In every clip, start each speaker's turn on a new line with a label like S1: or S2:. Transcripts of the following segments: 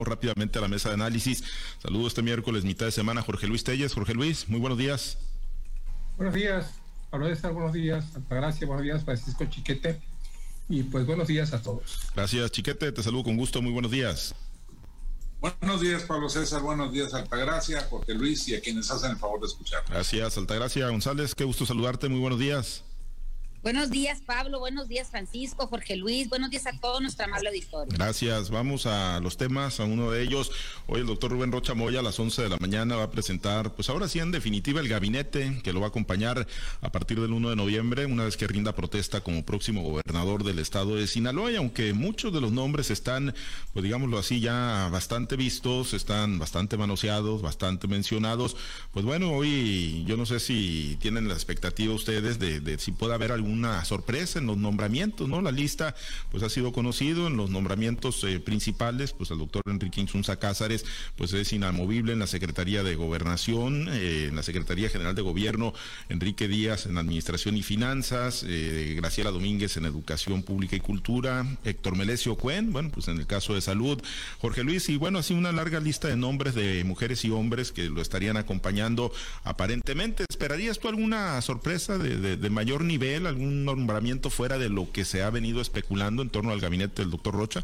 S1: Rápidamente a la mesa de análisis. Saludo este miércoles, mitad de semana, Jorge Luis Telles. Jorge Luis, muy buenos días.
S2: Buenos días, Pablo César, buenos días, Altagracia, buenos días, Francisco Chiquete, y pues buenos días a todos.
S1: Gracias, Chiquete, te saludo con gusto, muy buenos días.
S3: Buenos días, Pablo César, buenos días, Altagracia, Jorge Luis y a quienes hacen el favor de escuchar.
S1: Gracias, Altagracia González, qué gusto saludarte, muy buenos días.
S4: Buenos días, Pablo, buenos días, Francisco, Jorge Luis, buenos días a todo nuestro amable auditorio.
S1: Gracias, vamos a los temas, a uno de ellos. Hoy el doctor Rubén Rocha Moya a las 11 de la mañana va a presentar, pues ahora sí en definitiva, el gabinete que lo va a acompañar a partir del 1 de noviembre, una vez que rinda protesta como próximo gobernador del estado de Sinaloa, y aunque muchos de los nombres están, pues digámoslo así, ya bastante vistos, están bastante manoseados, bastante mencionados, pues bueno, hoy yo no sé si tienen la expectativa ustedes de si puede haber alguna sorpresa en los nombramientos, ¿no? La lista pues ha sido conocido en los nombramientos principales, pues el doctor Enrique Insunza Cázares pues es inamovible en la Secretaría de Gobernación, en la Secretaría General de Gobierno, Enrique Díaz en Administración y Finanzas, Graciela Domínguez en Educación Pública y Cultura, Héctor Melesio Cuen, bueno, pues en el caso de Salud, Jorge Luis, y bueno, así una larga lista de nombres de mujeres y hombres que lo estarían acompañando aparentemente. ¿Esperarías tú alguna sorpresa de mayor nivel, algún nombramiento fuera de lo que se ha venido especulando en torno al gabinete del doctor Rocha?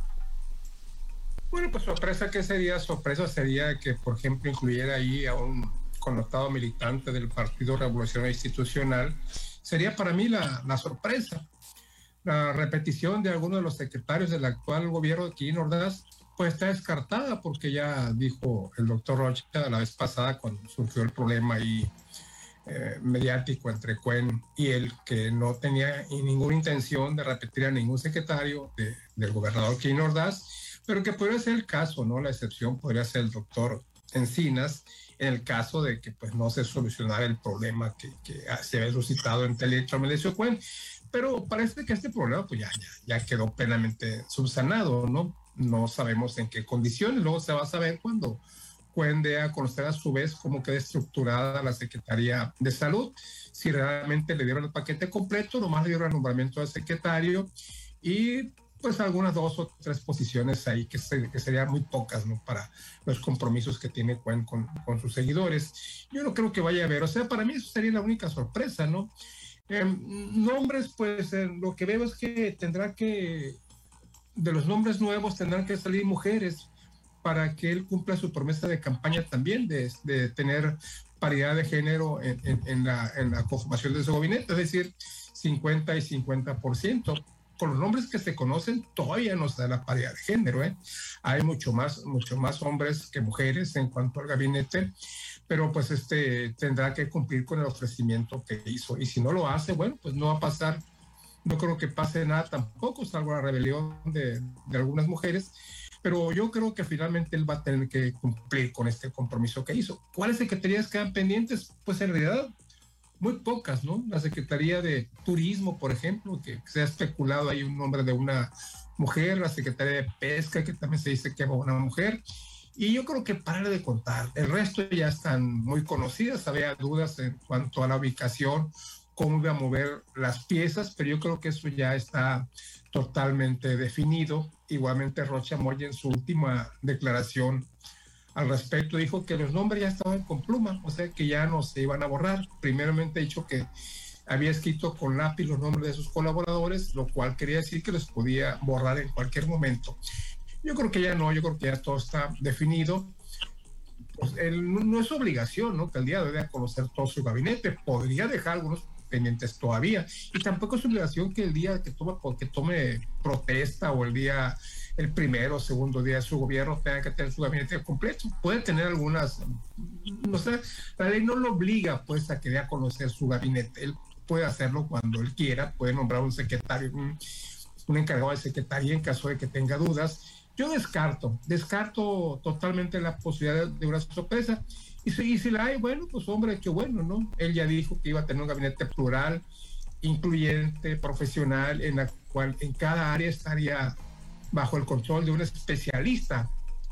S2: Bueno, pues sorpresa, ¿qué sería? Sorpresa sería que, por ejemplo, incluyera ahí a un connotado militante del Partido Revolucionario Institucional. Sería para mí la sorpresa. La repetición de algunos de los secretarios del actual gobierno de Quirino Ordaz pues está descartada, porque ya dijo el doctor Rocha la vez pasada cuando surgió el problema ahí mediático entre Cuen y él, que no tenía ninguna intención de repetir a ningún secretario del gobernador Quirino Ordaz, pero que podría ser el caso, ¿no? La excepción podría ser el doctor Encinas, en el caso de que pues no se solucionara el problema que se había suscitado entre el Héctor Melesio Cuen, pero parece que este problema pues ya quedó plenamente subsanado, ¿no? No sabemos en qué condiciones, luego se va a saber cuando Cuen dé a conocer a su vez cómo queda estructurada la Secretaría de Salud, si realmente le dieron el paquete completo, nomás le dieron el nombramiento de secretario y pues algunas 2 o 3 posiciones ahí que serían muy pocas, ¿no? Para los compromisos que tiene Cuen con sus seguidores. Yo no creo que vaya a haber, o sea, para mí eso sería la única sorpresa, ¿no? Nombres, pues lo que veo es que de los nombres nuevos tendrán que salir mujeres, para que él cumpla su promesa de campaña también de tener paridad de género en la conformación de su gabinete, es decir, 50 y 50%. Con los nombres que se conocen, todavía no se da la paridad de género, ¿eh? Hay mucho más hombres que mujeres en cuanto al gabinete, pero pues tendrá que cumplir con el ofrecimiento que hizo, y si no lo hace, bueno, pues no va a pasar, no creo que pase nada tampoco, salvo la rebelión de algunas mujeres, pero yo creo que finalmente él va a tener que cumplir con este compromiso que hizo. ¿Cuáles secretarías quedan pendientes? Pues en realidad muy pocas, ¿no? La Secretaría de Turismo, por ejemplo, que se ha especulado ahí un nombre de una mujer, la Secretaría de Pesca, que también se dice que va una mujer, y yo creo que para de contar. El resto ya están muy conocidas, había dudas en cuanto a la ubicación, cómo iba a mover las piezas, pero yo creo que eso ya está totalmente definido. Igualmente Rocha Moya en su última declaración al respecto dijo que los nombres ya estaban con pluma, o sea que ya no se iban a borrar. Primeramente ha dicho que había escrito con lápiz los nombres de sus colaboradores, lo cual quería decir que los podía borrar en cualquier momento. Yo creo que ya no, yo creo que ya todo está definido. Pues no es obligación, ¿no?, que el día de hoy dé a conocer todo su gabinete, podría dejar algunos pendientes todavía, y tampoco es obligación que el día que tome protesta o el primero o segundo día de su gobierno tenga que tener su gabinete completo. Puede tener algunas, no sé, la ley no lo obliga pues a que dé a conocer su gabinete, él puede hacerlo cuando él quiera, puede nombrar un secretario, un encargado de secretaría en caso de que tenga dudas. Yo descarto totalmente la posibilidad de una sorpresa. Y si la hay, bueno, pues hombre, qué bueno, ¿no? Él ya dijo que iba a tener un gabinete plural, incluyente, profesional, en la cual en cada área estaría bajo el control de un especialista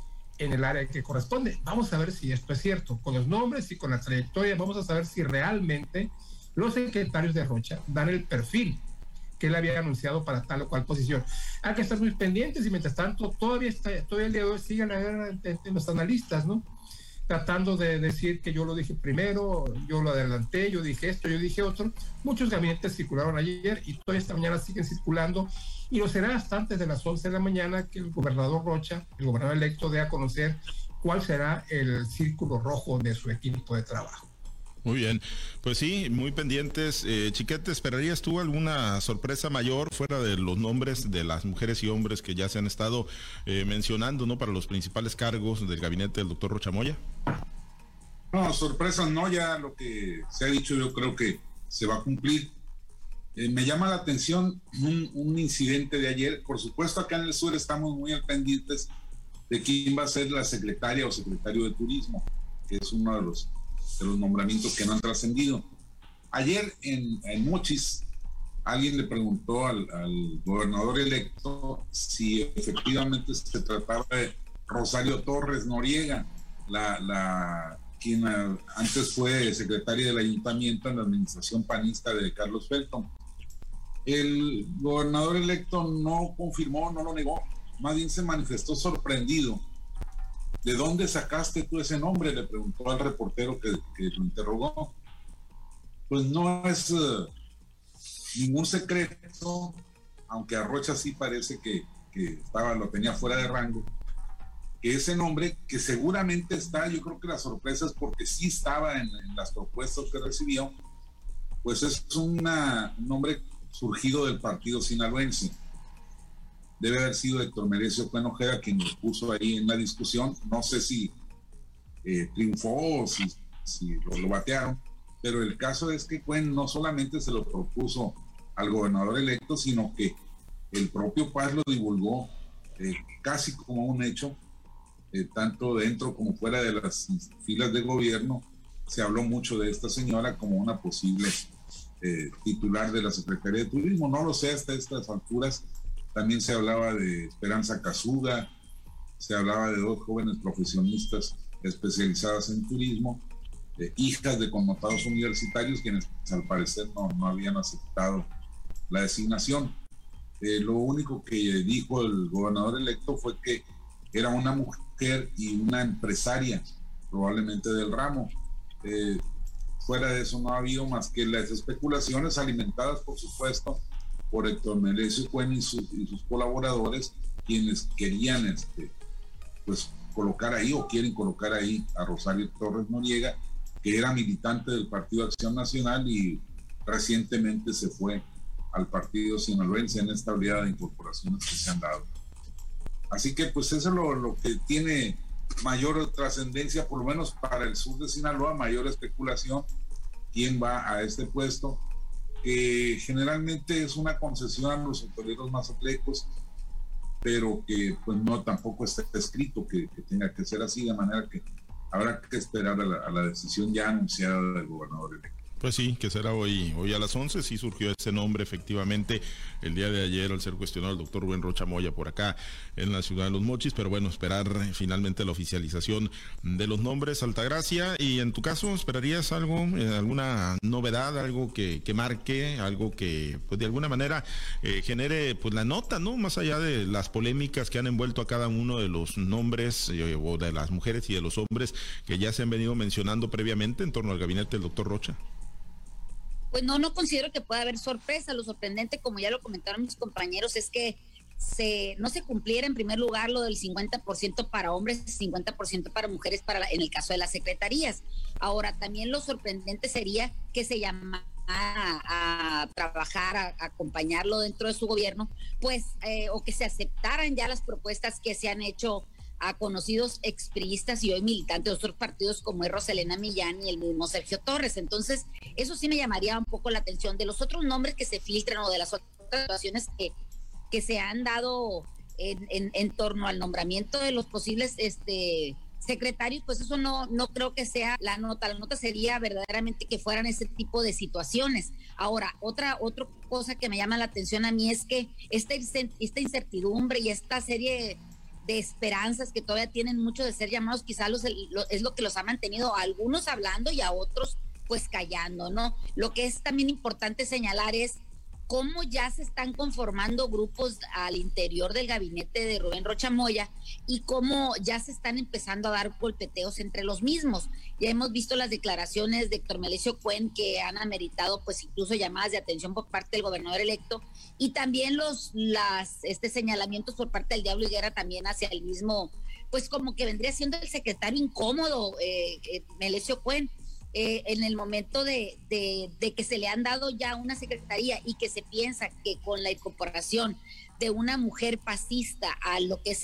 S2: en el área que corresponde. Vamos a ver si esto es cierto. Con los nombres y con la trayectoria, vamos a saber si realmente los secretarios de Rocha dan el perfil que él había anunciado para tal o cual posición. Hay que estar muy pendientes y mientras tanto todavía el día de hoy siguen en los analistas, ¿no? Tratando de decir que yo lo dije primero, yo lo adelanté, yo dije esto, yo dije otro. Muchos gabinetes circularon ayer y todavía esta mañana siguen circulando y lo será hasta antes de las 11 de la mañana que el gobernador Rocha, el gobernador electo, dé a conocer cuál será el círculo rojo de su equipo de trabajo.
S1: Muy bien, pues sí, muy pendientes. Chiquete, ¿esperarías tú alguna sorpresa mayor fuera de los nombres de las mujeres y hombres que ya se han estado mencionando, ¿no?, para los principales cargos del gabinete del doctor Rocha Moya?
S3: No, sorpresas no, ya lo que se ha dicho yo creo que se va a cumplir. Me llama la atención un incidente de ayer. Por supuesto, acá en el sur estamos muy al pendientes de quién va a ser la secretaria o secretario de turismo, que es uno de los nombramientos que no han trascendido. Ayer en Mochis, alguien le preguntó al gobernador electo si efectivamente se trataba de Rosario Torres Noriega, quien antes fue secretaria del ayuntamiento en la administración panista de Carlos Felton. El gobernador electo no confirmó, no lo negó, más bien se manifestó sorprendido. ¿De dónde sacaste tú ese nombre?, le preguntó al reportero que lo interrogó. Pues no es ningún secreto, aunque a Rocha sí parece que lo tenía fuera de rango, que ese nombre, que seguramente está, yo creo que la sorpresa es porque sí estaba en las propuestas que recibió, pues es un nombre surgido del partido sinaloense. Debe haber sido Héctor Merecio Cuen Ojeda quien lo puso ahí en la discusión. No sé si triunfó o si lo batearon, pero el caso es que Cuen no solamente se lo propuso al gobernador electo, sino que el propio Paz lo divulgó casi como un hecho, tanto dentro como fuera de las filas de gobierno. Se habló mucho de esta señora como una posible titular de la Secretaría de Turismo. No lo sé hasta estas alturas. También se hablaba de Esperanza Casuga, se hablaba de 2 jóvenes profesionistas especializadas en turismo, hijas de connotados universitarios, quienes al parecer no habían aceptado la designación. Lo único que dijo el gobernador electo fue que era una mujer y una empresaria, probablemente del ramo. Fuera de eso no ha habido más que las especulaciones alimentadas, por supuesto, por Héctor Merecio Cuen y sus colaboradores, quienes querían pues colocar ahí o quieren colocar ahí a Rosario Torres Noriega, que era militante del Partido Acción Nacional y recientemente se fue al partido sinaloense en esta oleada de incorporaciones que se han dado. Así que pues eso es lo que tiene mayor trascendencia, por lo menos para el sur de Sinaloa, mayor especulación, quién va a este puesto, que generalmente es una concesión a los hoteleros mazatlecos, pero que pues no tampoco está escrito que tenga que ser así, de manera que habrá que esperar a la decisión ya anunciada del gobernador electo.
S1: Pues sí, que será hoy a las 11, sí surgió ese nombre efectivamente el día de ayer al ser cuestionado el doctor Rubén Rocha Moya por acá en la ciudad de Los Mochis, pero bueno, esperar finalmente la oficialización de los nombres. Altagracia, y en tu caso, ¿esperarías algo, alguna novedad, algo que marque, algo que pues de alguna manera genere pues la nota, ¿no? Más allá de las polémicas que han envuelto a cada uno de los nombres o de las mujeres y de los hombres que ya se han venido mencionando previamente en torno al gabinete del doctor Rocha.
S4: Pues no considero que pueda haber sorpresa. Lo sorprendente, como ya lo comentaron mis compañeros, es que no se cumpliera en primer lugar lo del 50% para hombres, 50% para mujeres en el caso de las secretarías. Ahora, también lo sorprendente sería que se llamara a trabajar, a acompañarlo dentro de su gobierno, pues, o que se aceptaran ya las propuestas que se han hecho a conocidos expriistas y hoy militantes de otros partidos como es Roselena Millán y el mismo Sergio Torres. Entonces, eso sí me llamaría un poco la atención. De los otros nombres que se filtran o de las otras situaciones que se han dado en torno al nombramiento de los posibles secretarios, pues eso no creo que sea la nota. La nota sería verdaderamente que fueran ese tipo de situaciones. Ahora, otra cosa que me llama la atención a mí es que esta incertidumbre y esta serie de esperanzas que todavía tienen mucho de ser llamados, quizás es lo que los ha mantenido a algunos hablando y a otros pues callando, ¿no? Lo que es también importante señalar es cómo ya se están conformando grupos al interior del gabinete de Rubén Rocha Moya y cómo ya se están empezando a dar golpeteos entre los mismos. Ya hemos visto las declaraciones de Héctor Melesio Cuen que han ameritado pues incluso llamadas de atención por parte del gobernador electo, y también señalamientos por parte del Diablo Higuera también hacia el mismo, pues como que vendría siendo el secretario incómodo, Melesio Cuen. En el momento de que se le han dado ya una secretaría y que se piensa que con la incorporación de una mujer pasista a lo que es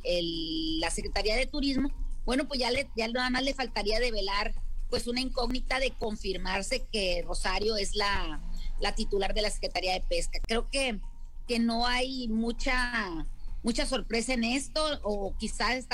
S4: la Secretaría de Turismo, bueno, pues ya nada más le faltaría develar pues una incógnita de confirmarse que Rosario es la titular de la Secretaría de Pesca. Creo que no hay mucha sorpresa en esto, o quizás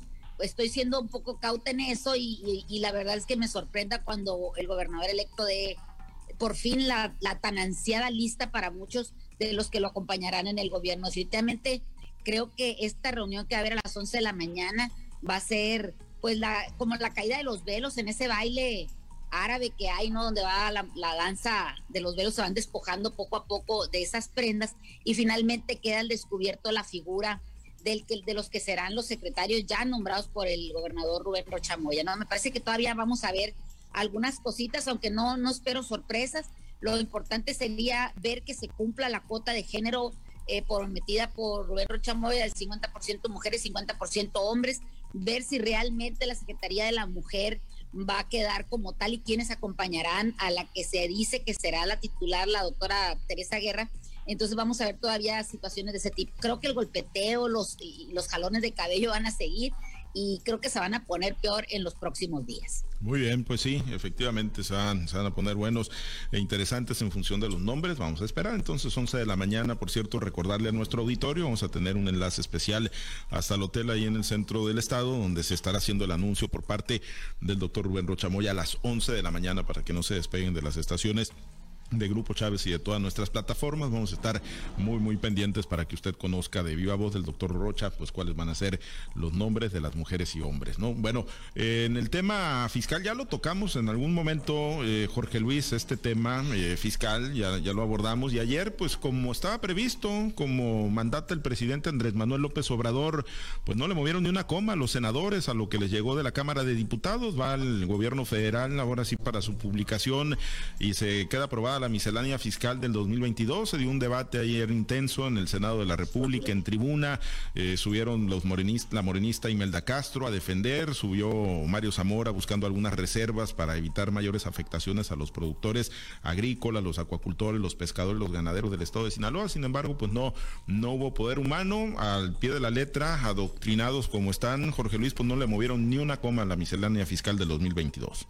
S4: estoy siendo un poco cauta en eso, y la verdad es que me sorprenda cuando el gobernador electo dé por fin la tan ansiada lista para muchos de los que lo acompañarán en el gobierno. Definitivamente creo que esta reunión que va a haber a las 11 de la mañana va a ser pues como la caída de los velos en ese baile árabe que hay, ¿no? Donde va la danza de los velos, se van despojando poco a poco de esas prendas y finalmente queda al descubierto la figura de los que serán los secretarios ya nombrados por el gobernador Rubén Rocha Moya, ¿no? Me parece que todavía vamos a ver algunas cositas, aunque no espero sorpresas. Lo importante sería ver que se cumpla la cuota de género prometida por Rubén Rocha Moya, del 50% mujeres, 50% hombres, ver si realmente la Secretaría de la Mujer va a quedar como tal y quiénes acompañarán a la que se dice que será la titular, la doctora Teresa Guerra. Entonces vamos a ver todavía situaciones de ese tipo. Creo que el golpeteo, los jalones de cabello van a seguir, y creo que se van a poner peor en los próximos días.
S1: Muy bien, pues sí, efectivamente se van a poner buenos e interesantes en función de los nombres. Vamos a esperar entonces 11 de la mañana. Por cierto, recordarle a nuestro auditorio, vamos a tener un enlace especial hasta el hotel ahí en el centro del estado, donde se estará haciendo el anuncio por parte del doctor Rubén Rocha Moya a las 11 de la mañana, para que no se despeguen de las estaciones de Grupo Chávez y de todas nuestras plataformas. Vamos a estar muy pendientes para que usted conozca de viva voz del doctor Rocha pues cuáles van a ser los nombres de las mujeres y hombres, ¿no? Bueno, en el tema fiscal ya lo tocamos en algún momento, Jorge Luis, este tema fiscal ya lo abordamos, y ayer pues como estaba previsto, como mandata el presidente Andrés Manuel López Obrador, pues no le movieron ni una coma a los senadores a lo que les llegó de la Cámara de Diputados. Va al gobierno federal ahora sí para su publicación y se queda aprobada la miscelánea fiscal del 2022. Se dio un debate ayer intenso en el Senado de la República, en tribuna. Subieron la morenista Imelda Castro a defender, subió Mario Zamora buscando algunas reservas para evitar mayores afectaciones a los productores agrícolas, los acuacultores, los pescadores, los ganaderos del estado de Sinaloa. Sin embargo, pues no hubo poder humano, al pie de la letra, adoctrinados como están, Jorge Luis, pues no le movieron ni una coma a la miscelánea fiscal del 2022.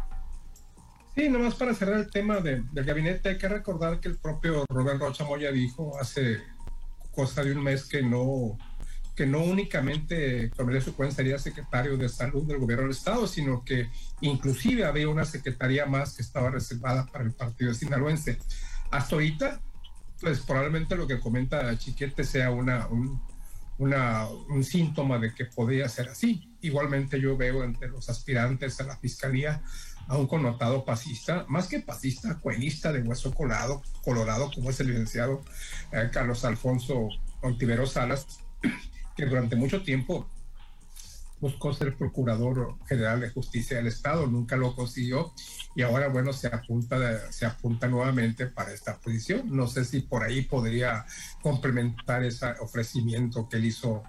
S2: Sí, nomás para cerrar el tema del gabinete, hay que recordar que el propio Rubén Rocha Moya dijo hace cosa de un mes que no únicamente Melesio Cuen sería secretario de Salud del gobierno del estado, sino que inclusive había una secretaría más que estaba reservada para el partido sinaloense. Hasta ahorita, pues probablemente lo que comenta Chiquete sea un síntoma de que podría ser así. Igualmente yo veo entre los aspirantes a la fiscalía a un connotado pasista, más que pasista, cuenista de hueso colorado, como es el licenciado Carlos Alfonso Ontiveros Salas, que durante mucho tiempo buscó ser procurador general de justicia del estado, nunca lo consiguió, y ahora bueno se apunta nuevamente para esta posición. No sé si por ahí podría complementar ese ofrecimiento que él hizo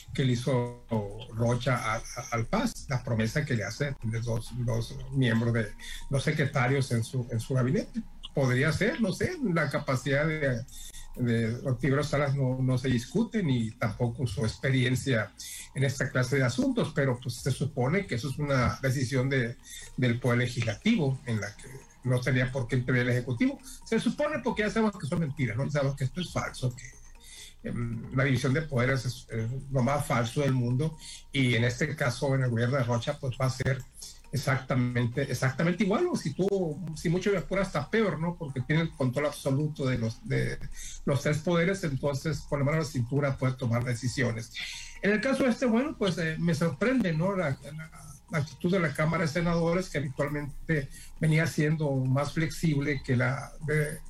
S2: Rocha al Paz, la promesa que le hace de dos miembros de los secretarios en su gabinete. Podría ser, no sé, la capacidad de Ontiveros Salas no se discute, ni tampoco su experiencia en esta clase de asuntos, pero pues se supone que eso es una decisión del Poder Legislativo, en la que no tenía por qué intervenir el Ejecutivo. Se supone, porque ya sabemos que son mentiras, ¿no? Ya sabemos que esto es falso, que la división de poderes es lo más falso del mundo, y en este caso en el gobierno de Rocha pues va a ser exactamente igual, o si mucho me apura hasta peor, ¿no? Porque tiene el control absoluto de los tres poderes, entonces con la mano a la cintura puede tomar decisiones. En el caso bueno, pues me sorprende, ¿no? La actitud de la Cámara de Senadores, que habitualmente venía siendo más flexible que la de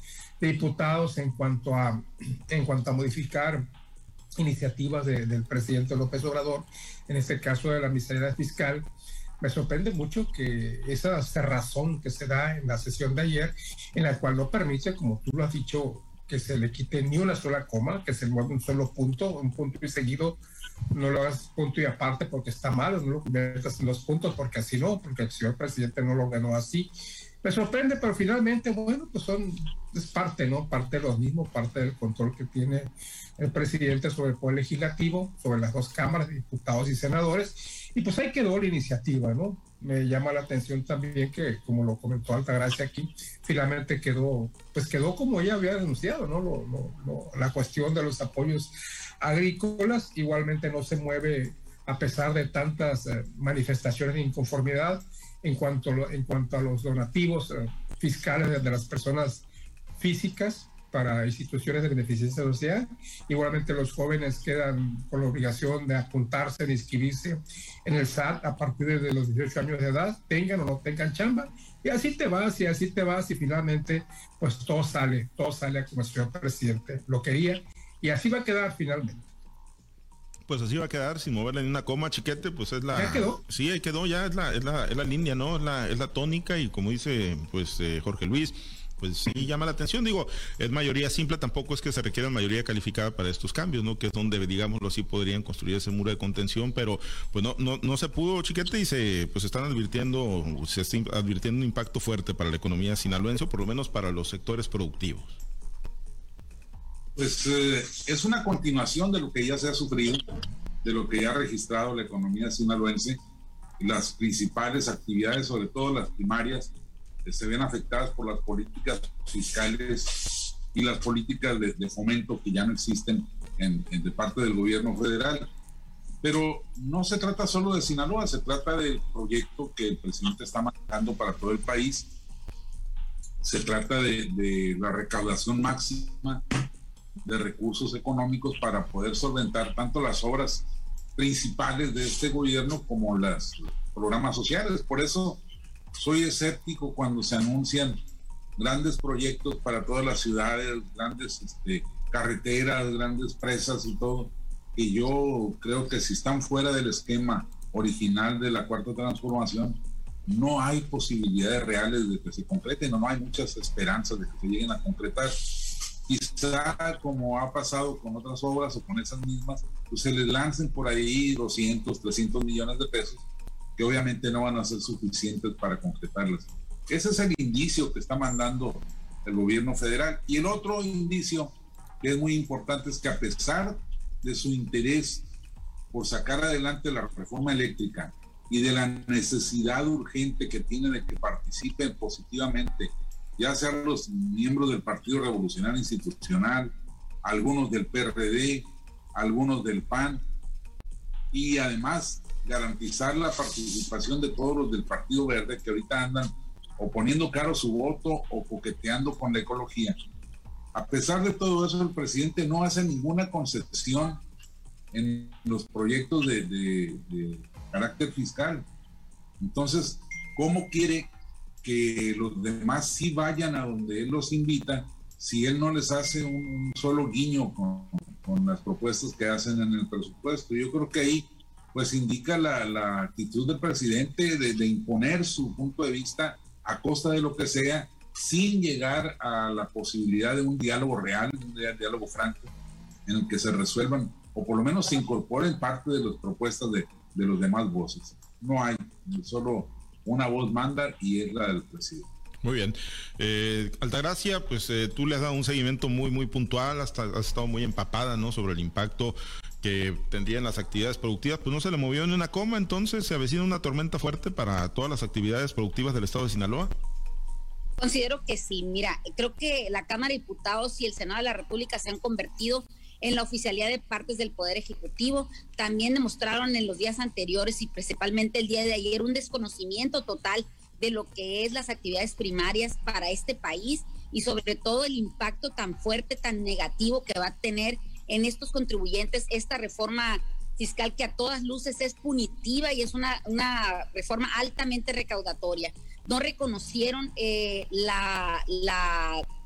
S2: diputados en cuanto a modificar iniciativas del presidente López Obrador, en este caso de la miscelánea fiscal. Me sorprende mucho que esa cerrazón que se da en la sesión de ayer, en la cual no permite, como tú lo has dicho, que se le quite ni una sola coma, que se mueva un solo punto, un punto y seguido, no lo hagas punto y aparte porque está mal, no lo conviertas en los puntos porque así no, porque el señor presidente no lo ordenó así. Me sorprende, pero finalmente, bueno, pues es parte, ¿no? Parte de lo mismo, parte del control que tiene el presidente sobre el poder legislativo, sobre las dos cámaras, diputados y senadores, y pues ahí quedó la iniciativa, ¿no? Me llama la atención también que, como lo comentó Altagracia aquí, finalmente quedó como ella había denunciado, ¿no? La cuestión de los apoyos agrícolas igualmente no se mueve a pesar de tantas manifestaciones de inconformidad en cuanto a los donativos fiscales de las personas físicas para instituciones de beneficencia social. Igualmente los jóvenes quedan con la obligación de apuntarse, de inscribirse en el SAT a partir de los 18 años de edad, tengan o no tengan chamba, y así te vas y finalmente pues todo sale como el señor presidente lo quería, y así va a quedar finalmente.
S1: Pues así va a quedar sin moverle ni una coma, Chiquete, pues es la...
S2: ¿Ya quedó?
S1: Sí, ahí quedó, ya es la línea, ¿no? Es la tónica, y como dice pues Jorge Luis, pues sí llama la atención. Digo, es mayoría simple, tampoco es que se requiera mayoría calificada para estos cambios, ¿no? Que es donde, digámoslo así, podrían construir ese muro de contención, pero pues no se pudo, Chiquete, y se está advirtiendo un impacto fuerte para la economía sinaloense, o por lo menos para los sectores productivos.
S3: Pues es una continuación de lo que ya se ha sufrido, de lo que ya ha registrado la economía sinaloense. Las principales actividades, sobre todo las primarias, se ven afectadas por las políticas fiscales y las políticas de fomento que ya no existen de parte del gobierno federal. Pero no se trata solo de Sinaloa, se trata del proyecto que el presidente está manejando para todo el país. Se trata de la recaudación máxima de recursos económicos para poder solventar tanto las obras principales de este gobierno como los programas sociales. Por eso soy escéptico cuando se anuncian grandes proyectos para todas las ciudades, grandes carreteras, grandes presas y todo, y yo creo que si están fuera del esquema original de la Cuarta Transformación, no hay posibilidades reales de que se concreten, no hay muchas esperanzas de que se lleguen a concretar. Quizá, como ha pasado con otras obras o con esas mismas, pues se les lancen por ahí 200, 300 millones de pesos, que obviamente no van a ser suficientes para concretarlas. Ese es el indicio que está mandando el gobierno federal. Y el otro indicio que es muy importante es que, a pesar de su interés por sacar adelante la reforma eléctrica y de la necesidad urgente que tiene de que participen positivamente, ya sean los miembros del Partido Revolucionario Institucional, algunos del PRD, algunos del PAN, y además garantizar la participación de todos los del Partido Verde, que ahorita andan o poniendo caro su voto o coqueteando con la ecología. A pesar de todo eso, el presidente no hace ninguna concesión en los proyectos de carácter fiscal. Entonces, ¿cómo quiere que los demás sí vayan a donde él los invita si él no les hace un solo guiño con las propuestas que hacen en el presupuesto? Yo creo que ahí pues indica la actitud del presidente de imponer su punto de vista a costa de lo que sea, sin llegar a la posibilidad de un diálogo real, un diálogo franco, en el que se resuelvan, o por lo menos se incorporen parte de las propuestas de los demás voces. No hay, solo una voz manda, y es la del presidente.
S1: Muy bien. Altagracia, pues tú le has dado un seguimiento muy, muy puntual, has estado muy empapada, ¿no?, sobre el impacto que tendrían las actividades productivas. Pues no se le movió ni una coma, entonces se avecina una tormenta fuerte para todas las actividades productivas del estado de Sinaloa.
S4: Considero que sí. Mira, creo que la Cámara de Diputados y el Senado de la República se han convertido en la oficialidad de partes del Poder Ejecutivo. También demostraron en los días anteriores y principalmente el día de ayer un desconocimiento total de lo que es las actividades primarias para este país, y sobre todo el impacto tan fuerte, tan negativo que va a tener en estos contribuyentes esta reforma fiscal, que a todas luces es punitiva y es una reforma altamente recaudatoria. No reconocieron la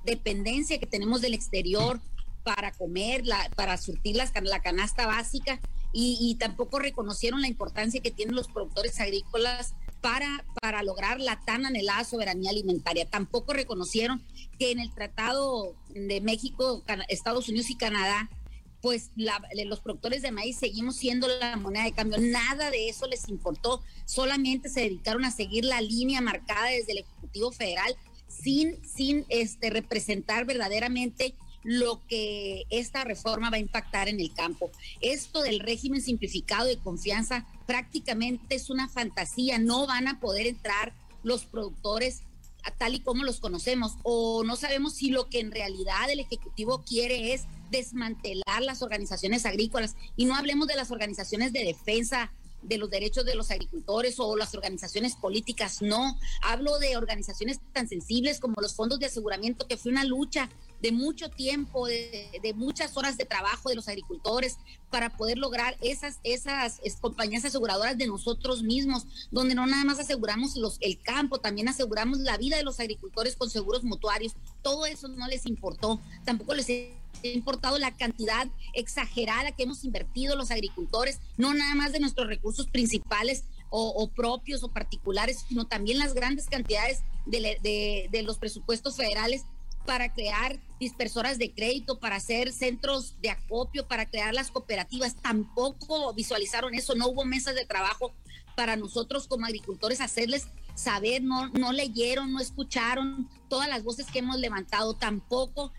S4: dependencia que tenemos del exterior para comer, para surtir la canasta básica, y tampoco reconocieron la importancia que tienen los productores agrícolas para lograr la tan anhelada soberanía alimentaria. Tampoco reconocieron que en el Tratado de México, Estados Unidos y Canadá, pues los productores de maíz seguimos siendo la moneda de cambio. Nada de eso les importó, solamente se dedicaron a seguir la línea marcada desde el Ejecutivo Federal sin representar verdaderamente lo que esta reforma va a impactar en el campo. Esto del régimen simplificado de confianza prácticamente es una fantasía. No van a poder entrar los productores tal y como los conocemos, o no sabemos si lo que en realidad el Ejecutivo quiere es desmantelar las organizaciones agrícolas, y no hablemos de las organizaciones de defensa de los derechos de los agricultores o las organizaciones políticas, no, hablo de organizaciones tan sensibles como los fondos de aseguramiento, que fue una lucha de mucho tiempo, de muchas horas de trabajo de los agricultores para poder lograr esas compañías aseguradoras de nosotros mismos, donde no nada más aseguramos el campo, también aseguramos la vida de los agricultores con seguros mutuarios. Todo eso no les importó, tampoco les ha importado la cantidad exagerada que hemos invertido los agricultores, no nada más de nuestros recursos principales o propios o particulares, sino también las grandes cantidades de los presupuestos federales para crear dispersoras de crédito, para hacer centros de acopio, para crear las cooperativas. Tampoco visualizaron eso, no hubo mesas de trabajo para nosotros como agricultores hacerles saber, no leyeron, no escucharon todas las voces que hemos levantado. Tampoco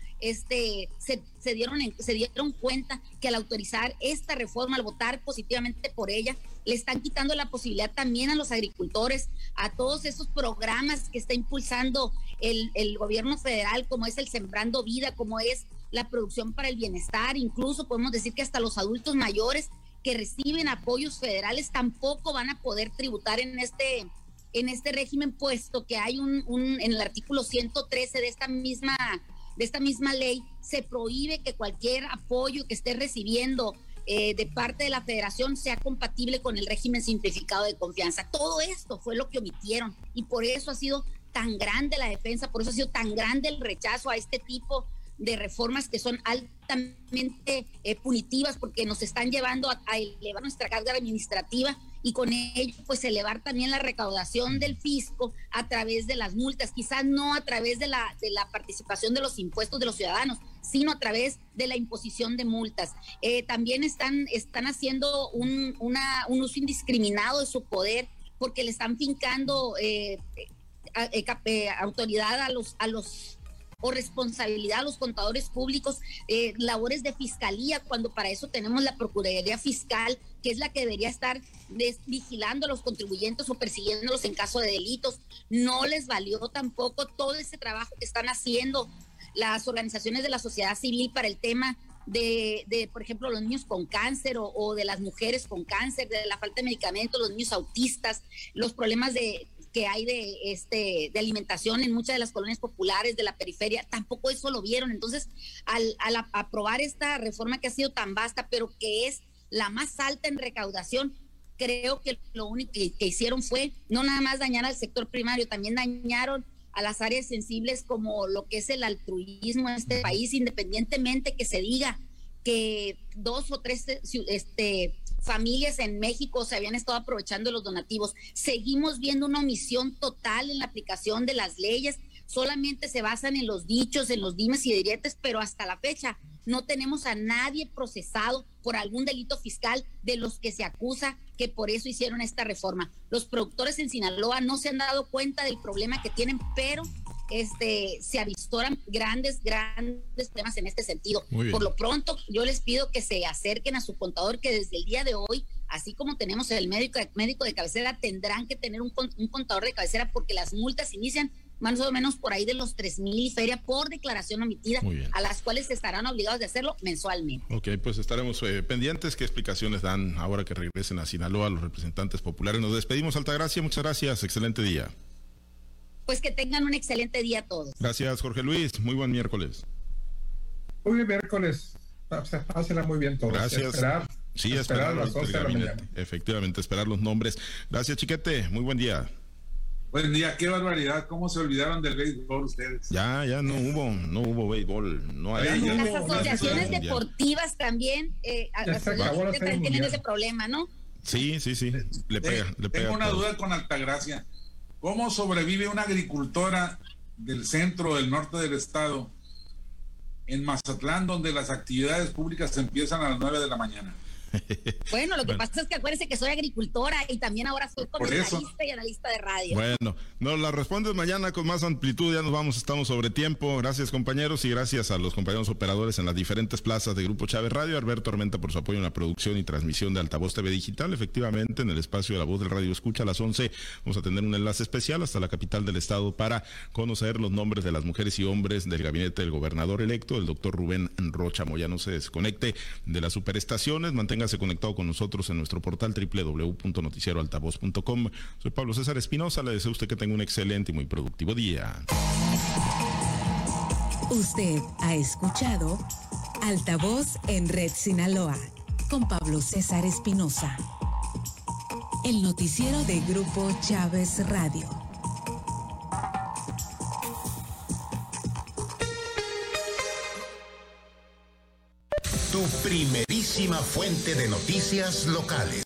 S4: se dieron cuenta que al autorizar esta reforma, al votar positivamente por ella, le están quitando la posibilidad también a los agricultores, a todos esos programas que está impulsando el gobierno federal, como es el Sembrando Vida, como es la producción para el bienestar. Incluso podemos decir que hasta los adultos mayores que reciben apoyos federales tampoco van a poder tributar en este régimen, puesto que hay en el artículo 113 de esta misma ley, se prohíbe que cualquier apoyo que esté recibiendo de parte de la federación sea compatible con el régimen simplificado de confianza. Todo esto fue lo que omitieron, y por eso ha sido tan grande la defensa, por eso ha sido tan grande el rechazo a este tipo de reformas que son altamente punitivas, porque nos están llevando a elevar nuestra carga administrativa, y con ello pues elevar también la recaudación del fisco a través de las multas, quizás no a través de la participación de los impuestos de los ciudadanos, sino a través de la imposición de multas. También están haciendo un uso indiscriminado de su poder, porque le están fincando autoridad o responsabilidad a los contadores públicos, labores de fiscalía, cuando para eso tenemos la Procuraduría Fiscal, que es la que debería estar vigilando a los contribuyentes o persiguiéndolos en caso de delitos. No les valió tampoco todo ese trabajo que están haciendo las organizaciones de la sociedad civil para el tema de por ejemplo, los niños con cáncer o de las mujeres con cáncer, de la falta de medicamentos, los niños autistas, los problemas que hay de alimentación en muchas de las colonias populares de la periferia. Tampoco eso lo vieron. Entonces, al aprobar esta reforma que ha sido tan vasta, pero que es la más alta en recaudación, creo que lo único que hicieron fue no nada más dañar al sector primario, también dañaron a las áreas sensibles como lo que es el altruismo en este país, independientemente que se diga que 2 o 3 familias en México se habían estado aprovechando los donativos. Seguimos viendo una omisión total en la aplicación de las leyes, solamente se basan en los dichos, en los dimes y diretes, pero hasta la fecha no tenemos a nadie procesado por algún delito fiscal de los que se acusa que por eso hicieron esta reforma. Los productores en Sinaloa no se han dado cuenta del problema que tienen, pero se avistoran grandes temas en este sentido. Por lo pronto, yo les pido que se acerquen a su contador, que desde el día de hoy, así como tenemos el médico de cabecera, tendrán que tener un contador de cabecera, porque las multas inician más o menos por ahí de los 3,000 y feria por declaración omitida, a las cuales estarán obligados de hacerlo mensualmente.
S1: Ok, pues estaremos pendientes qué explicaciones dan ahora que regresen a Sinaloa los representantes populares. Nos despedimos, Altagracia, muchas gracias, excelente día.
S4: Pues que tengan un excelente día a todos.
S1: Gracias, Jorge Luis, muy buen miércoles.
S2: Muy buen miércoles, pásenla muy bien todos.
S1: Gracias. Esperar a las 11 de la mañana. Efectivamente, esperar los nombres. Gracias, Chiquete, muy buen día.
S3: Buen día, qué barbaridad, cómo se olvidaron del béisbol ustedes.
S1: Ya no hubo béisbol, no hay.
S4: Las asociaciones deportivas también tienen ese problema, ¿no?
S1: Sí, le pega.
S3: Tengo una duda con Altagracia. ¿Cómo sobrevive una agricultora del centro, del norte del estado, en Mazatlán, donde las actividades públicas empiezan a las 9 de la mañana?
S4: Bueno, lo que pasa es que acuérdense que soy agricultora y también ahora soy comentarista y analista de radio.
S1: Bueno, nos la respondes mañana con más amplitud, ya nos vamos, estamos sobre tiempo. Gracias, compañeros, y gracias a los compañeros operadores en las diferentes plazas de Grupo Chávez Radio, Alberto Armenta por su apoyo en la producción y transmisión de Altavoz TV Digital. Efectivamente, en el espacio de La Voz del Radio Escucha a las 11 vamos a tener un enlace especial hasta la capital del estado para conocer los nombres de las mujeres y hombres del gabinete del gobernador electo, el doctor Rubén Rocha Moya. No se desconecte de las superestaciones, manténgase conectado con nosotros en nuestro portal www.noticieroaltavoz.com. Soy Pablo César Espinosa, le deseo a usted que tenga un excelente y muy productivo día.
S5: Usted ha escuchado Altavoz en Red Sinaloa con Pablo César Espinosa, el noticiero de Grupo Chávez Radio.
S6: Tu primerísima fuente de noticias locales.